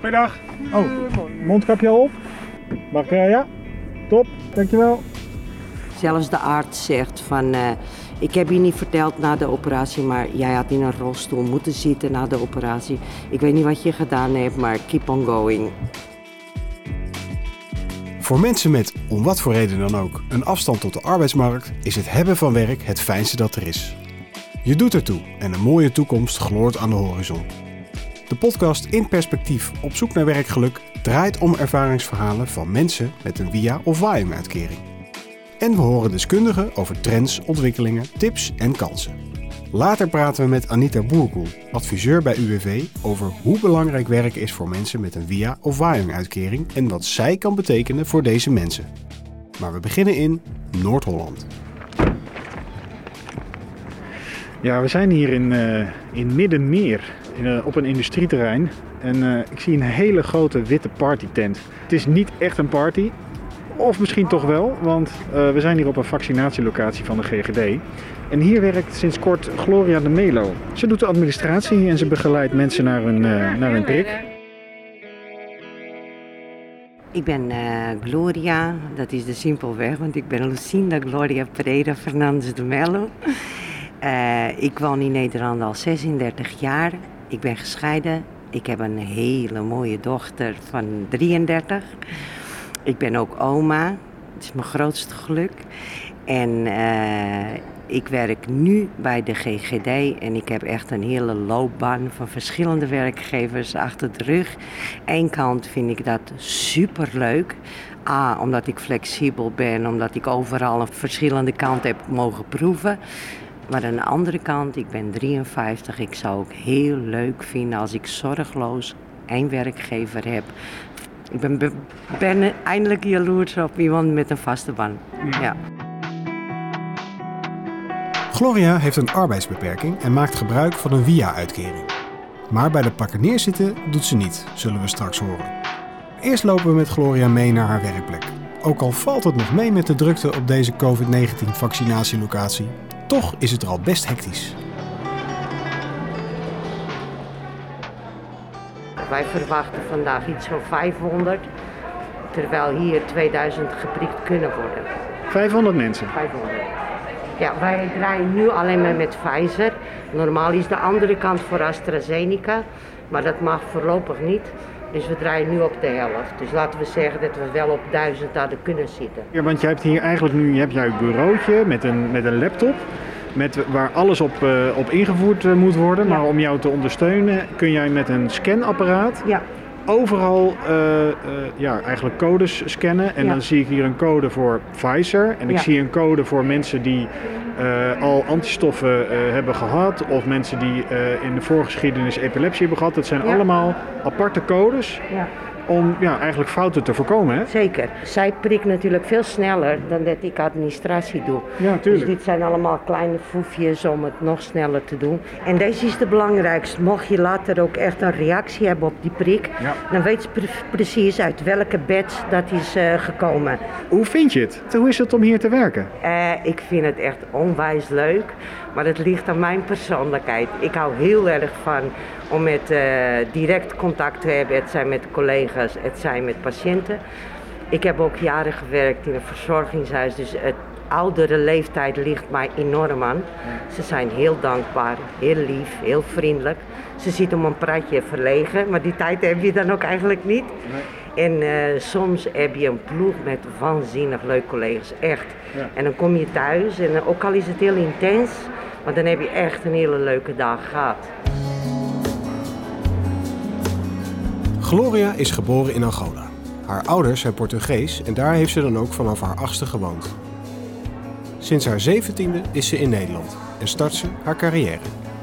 Goeiedag. Oh, mondkapje al op? Mag ik, ja? Top, dankjewel. Zelfs de arts zegt van, ik heb je niet verteld na de operatie, maar jij had in een rolstoel moeten zitten na de operatie. Ik weet niet wat je gedaan hebt, maar keep on going. Voor mensen met, om wat voor reden dan ook, een afstand tot de arbeidsmarkt is het hebben van werk het fijnste dat er is. Je doet ertoe en een mooie toekomst gloort aan de horizon. De podcast In Perspectief op zoek naar werkgeluk draait om ervaringsverhalen van mensen met een WIA of WAEM-uitkering. En we horen deskundigen over trends, ontwikkelingen, tips en kansen. Later praten we met Anita Boerkoel, adviseur bij UWV, over hoe belangrijk werk is voor mensen met een WIA of WAEM-uitkering en wat zij kan betekenen voor deze mensen. Maar we beginnen in Noord-Holland. Ja, we zijn hier in Middenmeer, op een industrieterrein. En ik zie een hele grote witte partytent. Het is niet echt een party, of misschien toch wel, want we zijn hier op een vaccinatielocatie van de GGD. En hier werkt sinds kort Gloria de Melo. Ze doet de administratie en ze begeleidt mensen naar hun prik. Ik ben Gloria, dat is de simpelweg, want ik ben Lucinda Gloria Pereira Fernandes de Melo. Ik woon in Nederland al 36 jaar. Ik ben gescheiden. Ik heb een hele mooie dochter van 33. Ik ben ook oma. Het is mijn grootste geluk. En ik werk nu bij de GGD en ik heb echt een hele loopbaan van verschillende werkgevers achter de rug. Eén kant vind ik dat superleuk. Omdat ik flexibel ben, omdat ik overal een verschillende kant heb mogen proeven. Maar aan de andere kant, ik ben 53, ik zou ook heel leuk vinden als ik zorgeloos één werkgever heb. Ik ben eindelijk jaloers op iemand met een vaste baan. Ja. Gloria heeft een arbeidsbeperking en maakt gebruik van een WIA-uitkering. Maar bij de pakken neerzitten doet ze niet, zullen we straks horen. Eerst lopen we met Gloria mee naar haar werkplek. Ook al valt het nog mee met de drukte op deze COVID-19-vaccinatielocatie, toch is het er al best hectisch. Wij verwachten vandaag iets van 500, terwijl hier 2000 geprikt kunnen worden. 500 mensen? 500. Ja, wij draaien nu alleen maar met Pfizer. Normaal is de andere kant voor AstraZeneca, maar dat mag voorlopig niet. Dus we draaien nu op de helft. Dus laten we zeggen dat we wel op 1000 hadden kunnen zitten. Ja, want je hebt hier eigenlijk nu je bureautje met een laptop. Waar alles op ingevoerd moet worden. Ja. Maar om jou te ondersteunen kun jij met een scanapparaat overal eigenlijk codes scannen. En dan zie ik hier een code voor Pfizer. En ik zie een code voor mensen die al antistoffen hebben gehad. Of mensen die in de voorgeschiedenis epilepsie hebben gehad. Dat zijn allemaal aparte codes. Ja. Om eigenlijk fouten te voorkomen, hè? Zeker. Zij prikt natuurlijk veel sneller dan dat ik administratie doe. Ja, tuurlijk. Dus dit zijn allemaal kleine foefjes om het nog sneller te doen. En deze is de belangrijkste. Mocht je later ook echt een reactie hebben op die prik, dan weet je precies uit welke bed dat is gekomen. Hoe vind je het? Hoe is het om hier te werken? Ik vind het echt onwijs leuk, maar het ligt aan mijn persoonlijkheid. Ik hou heel erg van om met direct contact te hebben, het zijn met collega's, het zijn met patiënten. Ik heb ook jaren gewerkt in een verzorgingshuis, dus het oudere leeftijd ligt mij enorm aan. Ze zijn heel dankbaar, heel lief, heel vriendelijk. Ze zitten om een praatje verlegen, maar die tijd heb je dan ook eigenlijk niet. Nee. En soms heb je een ploeg met waanzinnig leuke collega's, echt. Ja. En dan kom je thuis en ook al is het heel intens, maar dan heb je echt een hele leuke dag gehad. Gloria is geboren in Angola. Haar ouders zijn Portugees en daar heeft ze dan ook vanaf haar 8e gewoond. Sinds haar 17e is ze in Nederland en start ze haar carrière.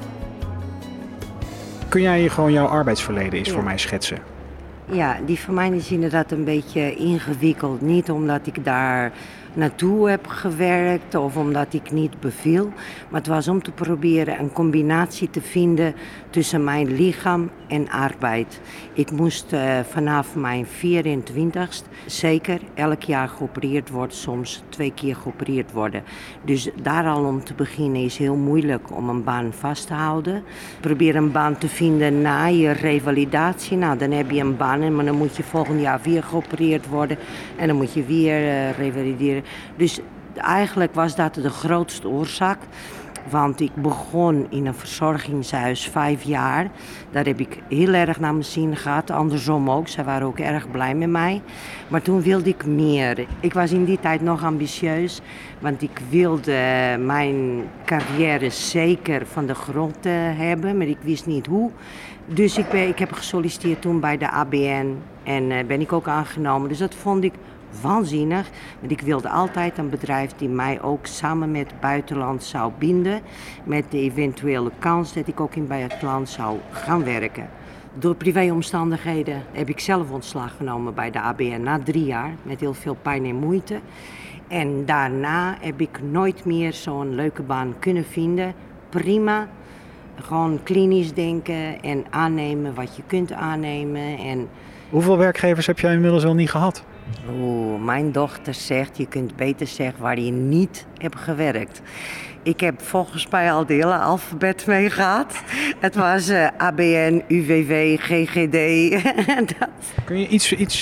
Kun jij gewoon jouw arbeidsverleden eens voor mij schetsen? Ja, die van mij is inderdaad een beetje ingewikkeld. Niet omdat ik daar naartoe heb gewerkt of omdat ik niet beviel. Maar het was om te proberen een combinatie te vinden tussen mijn lichaam en arbeid. Ik moest vanaf mijn 24ste zeker elk jaar geopereerd worden, soms 2 keer geopereerd worden. Dus daar al om te beginnen is heel moeilijk om een baan vast te houden. Probeer een baan te vinden na je revalidatie. Nou, dan heb je een baan, maar dan moet je volgend jaar weer geopereerd worden. En dan moet je weer revalideren. Dus eigenlijk was dat de grootste oorzaak. Want ik begon in een verzorgingshuis 5 jaar. Daar heb ik heel erg naar mijn zin gehad. Andersom ook. Zij waren ook erg blij met mij. Maar toen wilde ik meer. Ik was in die tijd nog ambitieus. Want ik wilde mijn carrière zeker van de grond hebben. Maar ik wist niet hoe. Dus ik heb gesolliciteerd toen bij de ABN. En ben ik ook aangenomen. Dus dat vond ik waanzinnig, want ik wilde altijd een bedrijf die mij ook samen met het buitenland zou binden. Met de eventuele kans dat ik ook in bij het land zou gaan werken. Door privéomstandigheden heb ik zelf ontslag genomen bij de ABN na 3 jaar. Met heel veel pijn en moeite. En daarna heb ik nooit meer zo'n leuke baan kunnen vinden. Prima. Gewoon klinisch denken en aannemen wat je kunt aannemen. En hoeveel werkgevers heb jij inmiddels al niet gehad? Mijn dochter zegt, je kunt beter zeggen waar je niet hebt gewerkt. Ik heb volgens mij al de hele alfabet mee gehad. Het was ABN, UWV, GGD. Kun je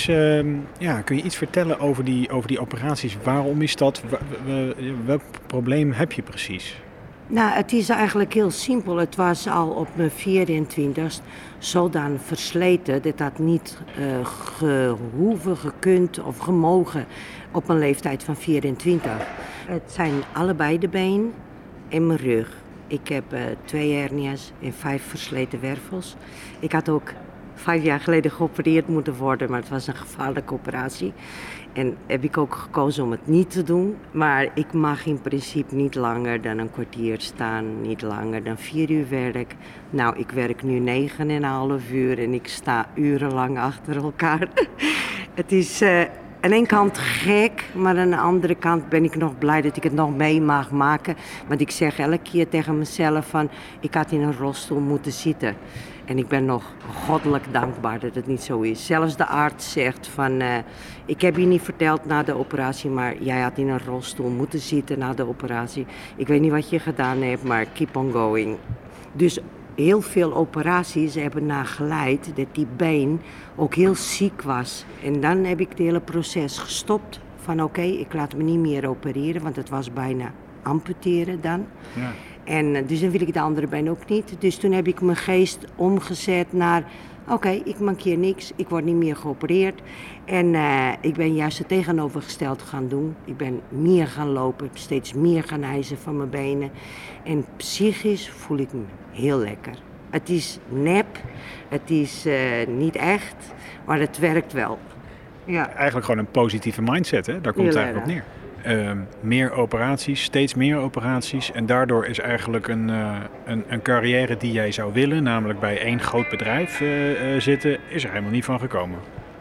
iets vertellen over die operaties? Waarom is dat? Welk probleem heb je precies? Nou, het is eigenlijk heel simpel. Het was al op mijn 24ste zodanig versleten dat dat niet gehoeven, gekund of gemogen op een leeftijd van 24. Het zijn allebei de been en mijn rug. Ik heb 2 hernia's en 5 versleten wervels. Ik had ook 5 jaar geleden geopereerd moeten worden, maar het was een gevaarlijke operatie. En heb ik ook gekozen om het niet te doen. Maar ik mag in principe niet langer dan een kwartier staan, niet langer dan 4 uur werk. Nou, ik werk nu 9,5 uur en ik sta urenlang achter elkaar. Het is aan de ene kant gek, maar aan de andere kant ben ik nog blij dat ik het nog mee mag maken. Want ik zeg elke keer tegen mezelf van, ik had in een rolstoel moeten zitten. En ik ben nog goddelijk dankbaar dat het niet zo is. Zelfs de arts zegt van, ik heb je niet verteld na de operatie, maar jij had in een rolstoel moeten zitten na de operatie. Ik weet niet wat je gedaan hebt, maar keep on going. Dus heel veel operaties hebben nageleid dat die been ook heel ziek was. En dan heb ik het hele proces gestopt van oké, ik laat me niet meer opereren, want het was bijna amputeren dan. Ja. En dus dan wil ik de andere been ook niet. Dus toen heb ik mijn geest omgezet naar, oké, ik mankeer niks, ik word niet meer geopereerd. En ik ben juist het tegenovergesteld gaan doen. Ik ben meer gaan lopen, steeds meer gaan hijsen van mijn benen. En psychisch voel ik me heel lekker. Het is nep, het is niet echt, maar het werkt wel. Ja. Eigenlijk gewoon een positieve mindset, hè? Daar komt het eigenlijk op neer. Meer operaties, steeds meer operaties. En daardoor is eigenlijk een carrière die jij zou willen, namelijk bij 1 groot bedrijf zitten, is er helemaal niet van gekomen.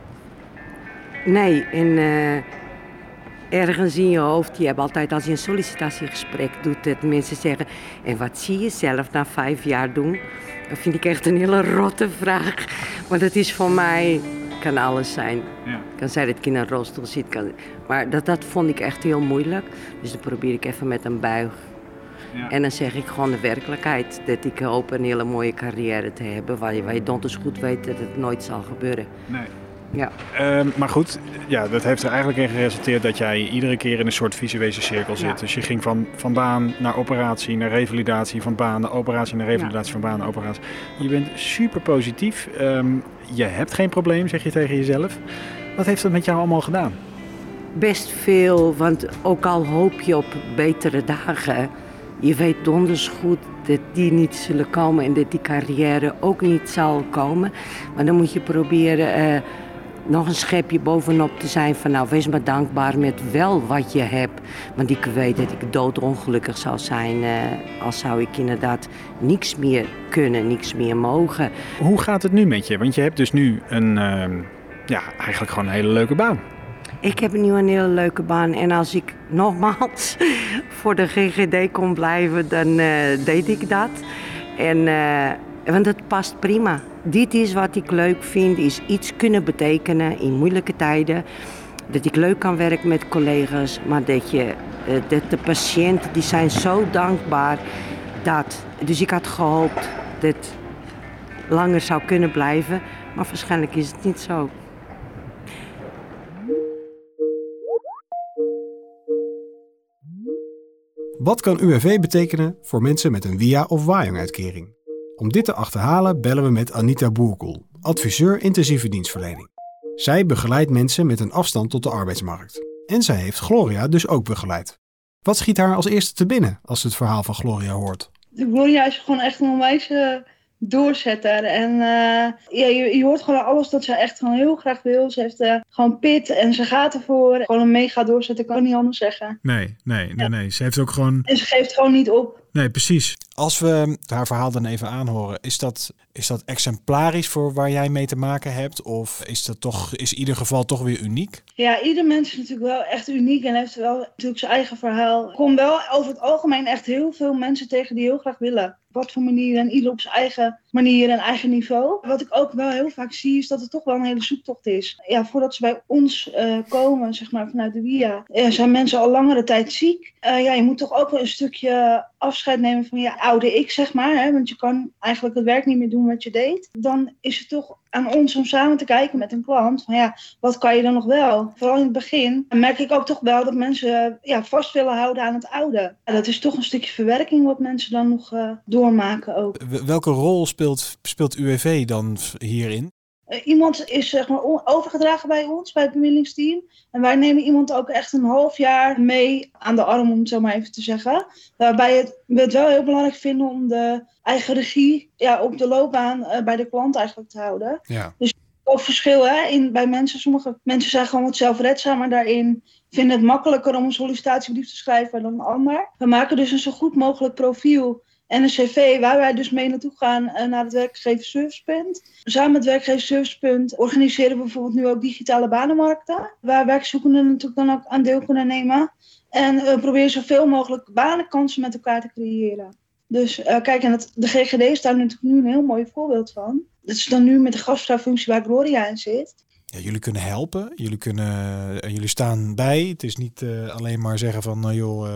Nee, en ergens in je hoofd, je hebt altijd als je een sollicitatiegesprek doet, dat mensen zeggen, en wat zie je zelf na 5 jaar doen? Dat vind ik echt een hele rotte vraag. Want het is voor mij, kan alles zijn. Ja. Kan zijn dat ik in een rolstoel zit. Maar dat vond ik echt heel moeilijk. Dus dan probeer ik even met een buig. Ja. En dan zeg ik gewoon de werkelijkheid. Dat ik hoop een hele mooie carrière te hebben. Waar je donders goed weet dat het nooit zal gebeuren. Nee. Ja. Maar goed, ja, dat heeft er eigenlijk in geresulteerd dat jij iedere keer in een soort visuele cirkel zit. Ja. Dus je ging van baan naar operatie, naar revalidatie, van baan naar operatie, naar revalidatie, van baan naar operatie. Je bent super positief. Je hebt geen probleem, zeg je tegen jezelf. Wat heeft dat met jou allemaal gedaan? Best veel, want ook al hoop je op betere dagen, je weet donders goed dat die niet zullen komen en dat die carrière ook niet zal komen. Maar dan moet je proberen nog een schepje bovenop te zijn van nou, wees maar dankbaar met wel wat je hebt. Want ik weet dat ik doodongelukkig zou zijn als zou ik inderdaad niks meer kunnen, niks meer mogen. Hoe gaat het nu met je? Want je hebt dus nu eigenlijk gewoon een hele leuke baan. Ik heb nu een hele leuke baan en als ik nogmaals voor de GGD kon blijven, dan deed ik dat. Want het past prima. Dit is wat ik leuk vind, is iets kunnen betekenen in moeilijke tijden. Dat ik leuk kan werken met collega's, maar dat de patiënten die zijn zo dankbaar. Dus ik had gehoopt dat het langer zou kunnen blijven, maar waarschijnlijk is het niet zo. Wat kan UWV betekenen voor mensen met een WIA of WAJONG-uitkering? Om dit te achterhalen bellen we met Anita Boerkoel, adviseur intensieve dienstverlening. Zij begeleidt mensen met een afstand tot de arbeidsmarkt. En zij heeft Gloria dus ook begeleid. Wat schiet haar als eerste te binnen als ze het verhaal van Gloria hoort? Gloria is gewoon echt een onwijze doorzetter. En je hoort gewoon alles dat ze echt gewoon heel graag wil. Ze heeft gewoon pit en ze gaat ervoor. Gewoon een mega doorzetter, kan ik niet anders zeggen. Nee. Ze heeft ook gewoon... En ze geeft gewoon niet op. Nee, precies. Als we haar verhaal dan even aanhoren, is dat exemplarisch voor waar jij mee te maken hebt? Of is ieder geval toch weer uniek? Ja, ieder mens is natuurlijk wel echt uniek en heeft wel natuurlijk zijn eigen verhaal. Er komen wel over het algemeen echt heel veel mensen tegen die heel graag willen. Op wat voor manier en ieder op zijn eigen manier en eigen niveau. Wat ik ook wel heel vaak zie is dat het toch wel een hele zoektocht is. Ja, voordat ze bij ons komen, zeg maar vanuit de WIA, zijn mensen al langere tijd ziek. Je moet toch ook wel een stukje afscheid nemen van je oude ik, zeg maar. Hè? Want je kan eigenlijk het werk niet meer doen wat je deed. Dan is het toch aan ons om samen te kijken met een klant. Van wat kan je dan nog wel? Vooral in het begin merk ik ook toch wel dat mensen vast willen houden aan het oude. Dat is toch een stukje verwerking wat mensen dan nog doormaken ook. Welke rol speelt UWV dan hierin? Iemand is zeg maar overgedragen bij ons, bij het bemiddelingsteam. En wij nemen iemand ook echt een half jaar mee aan de arm, om het zo maar even te zeggen. Waarbij we het wel heel belangrijk vinden om de eigen regie op de loopbaan bij de klant eigenlijk te houden. Ja. Dus ook verschil bij mensen. Sommige mensen zijn gewoon wat zelfredzamer daarin. Vinden het makkelijker om een sollicitatiebrief te schrijven dan een ander. We maken dus een zo goed mogelijk profiel en een cv waar wij dus mee naartoe gaan naar het werkgeversservicepunt. Samen met het werkgeversservicepunt organiseren we bijvoorbeeld nu ook digitale banenmarkten. Waar werkzoekenden natuurlijk dan ook aan deel kunnen nemen. En we proberen zoveel mogelijk banenkansen met elkaar te creëren. Dus kijk, en de GGD is daar natuurlijk nu een heel mooi voorbeeld van. Dat is dan nu met de gastvrouwfunctie waar Gloria in zit. Ja, jullie kunnen helpen, jullie staan bij. Het is niet alleen maar zeggen van,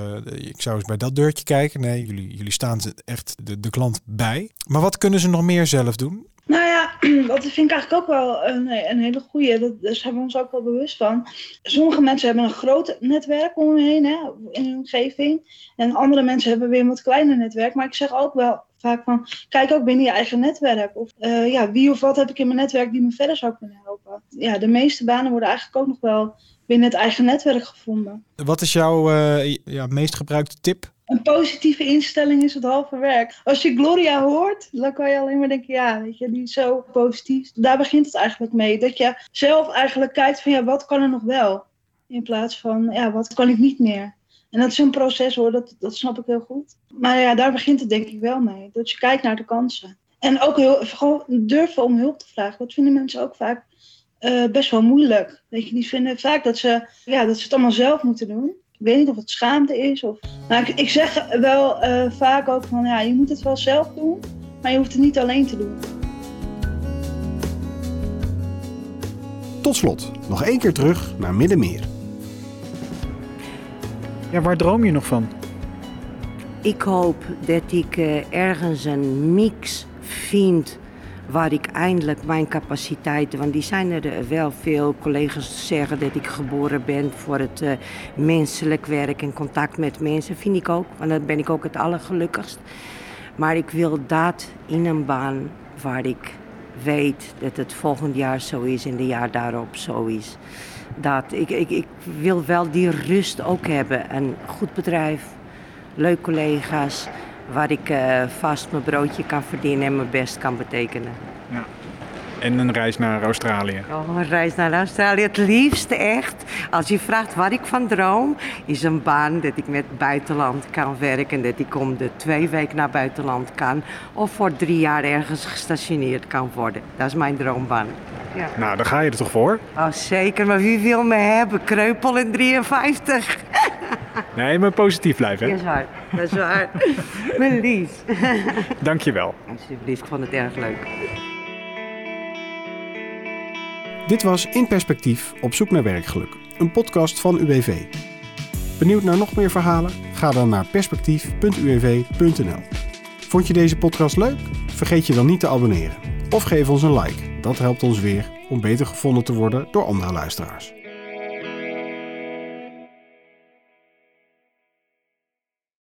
ik zou eens bij dat deurtje kijken. Nee, jullie staan echt de klant bij. Maar wat kunnen ze nog meer zelf doen? Nou ja, dat vind ik eigenlijk ook wel een hele goeie. Daar zijn we ons ook wel bewust van. Sommige mensen hebben een groot netwerk om hen heen, in hun omgeving. En andere mensen hebben weer een wat kleiner netwerk. Maar ik zeg ook wel vaak van, kijk ook binnen je eigen netwerk. Of wie of wat heb ik in mijn netwerk die me verder zou kunnen helpen. Ja, de meeste banen worden eigenlijk ook nog wel binnen het eigen netwerk gevonden. Wat is jouw meest gebruikte tip? Een positieve instelling is het halve werk. Als je Gloria hoort, dan kan je alleen maar denken, die is zo positief. Daar begint het eigenlijk mee. Dat je zelf eigenlijk kijkt van, wat kan er nog wel? In plaats van, wat kan ik niet meer? En dat is een proces hoor, dat snap ik heel goed. Maar daar begint het denk ik wel mee. Dat je kijkt naar de kansen. En ook gewoon durven om hulp te vragen. Dat vinden mensen ook vaak best wel moeilijk. Die vinden vaak dat ze het allemaal zelf moeten doen. Ik weet niet of het schaamte is. Maar ik zeg wel vaak ook van, je moet het wel zelf doen. Maar je hoeft het niet alleen te doen. Tot slot, nog 1 keer terug naar Middenmeer. Ja, waar droom je nog van? Ik hoop dat ik ergens een mix vind waar ik eindelijk mijn capaciteiten, want die zijn er wel veel. Collega's zeggen dat ik geboren ben voor het menselijk werk en contact met mensen. Vind ik ook, want dan ben ik ook het allergelukkigst. Maar ik wil dat in een baan waar ik weet dat het volgend jaar zo is en de jaar daarop zo is. Ik wil wel die rust ook hebben. Een goed bedrijf, leuke collega's, waar ik vast mijn broodje kan verdienen en mijn best kan betekenen. Ja. En een reis naar Australië? Oh, een reis naar Australië, het liefste echt. Als je vraagt waar ik van droom, is een baan dat ik met buitenland kan werken. Dat ik om de 2 weken naar buitenland kan. Of voor 3 jaar ergens gestationeerd kan worden. Dat is mijn droombaan. Ja. Nou, daar ga je er toch voor? Oh, zeker. Maar wie wil me hebben? Kreupel in 53. Nee, maar positief blijven, hè? Dat is waar. Dat is waar. Mijn lief. Dank je wel. Alsjeblieft, ik vond het erg leuk. Dit was In Perspectief op zoek naar werkgeluk, een podcast van UWV. Benieuwd naar nog meer verhalen? Ga dan naar perspectief.uwv.nl. Vond je deze podcast leuk? Vergeet je dan niet te abonneren. Of geef ons een like. Dat helpt ons weer om beter gevonden te worden door andere luisteraars.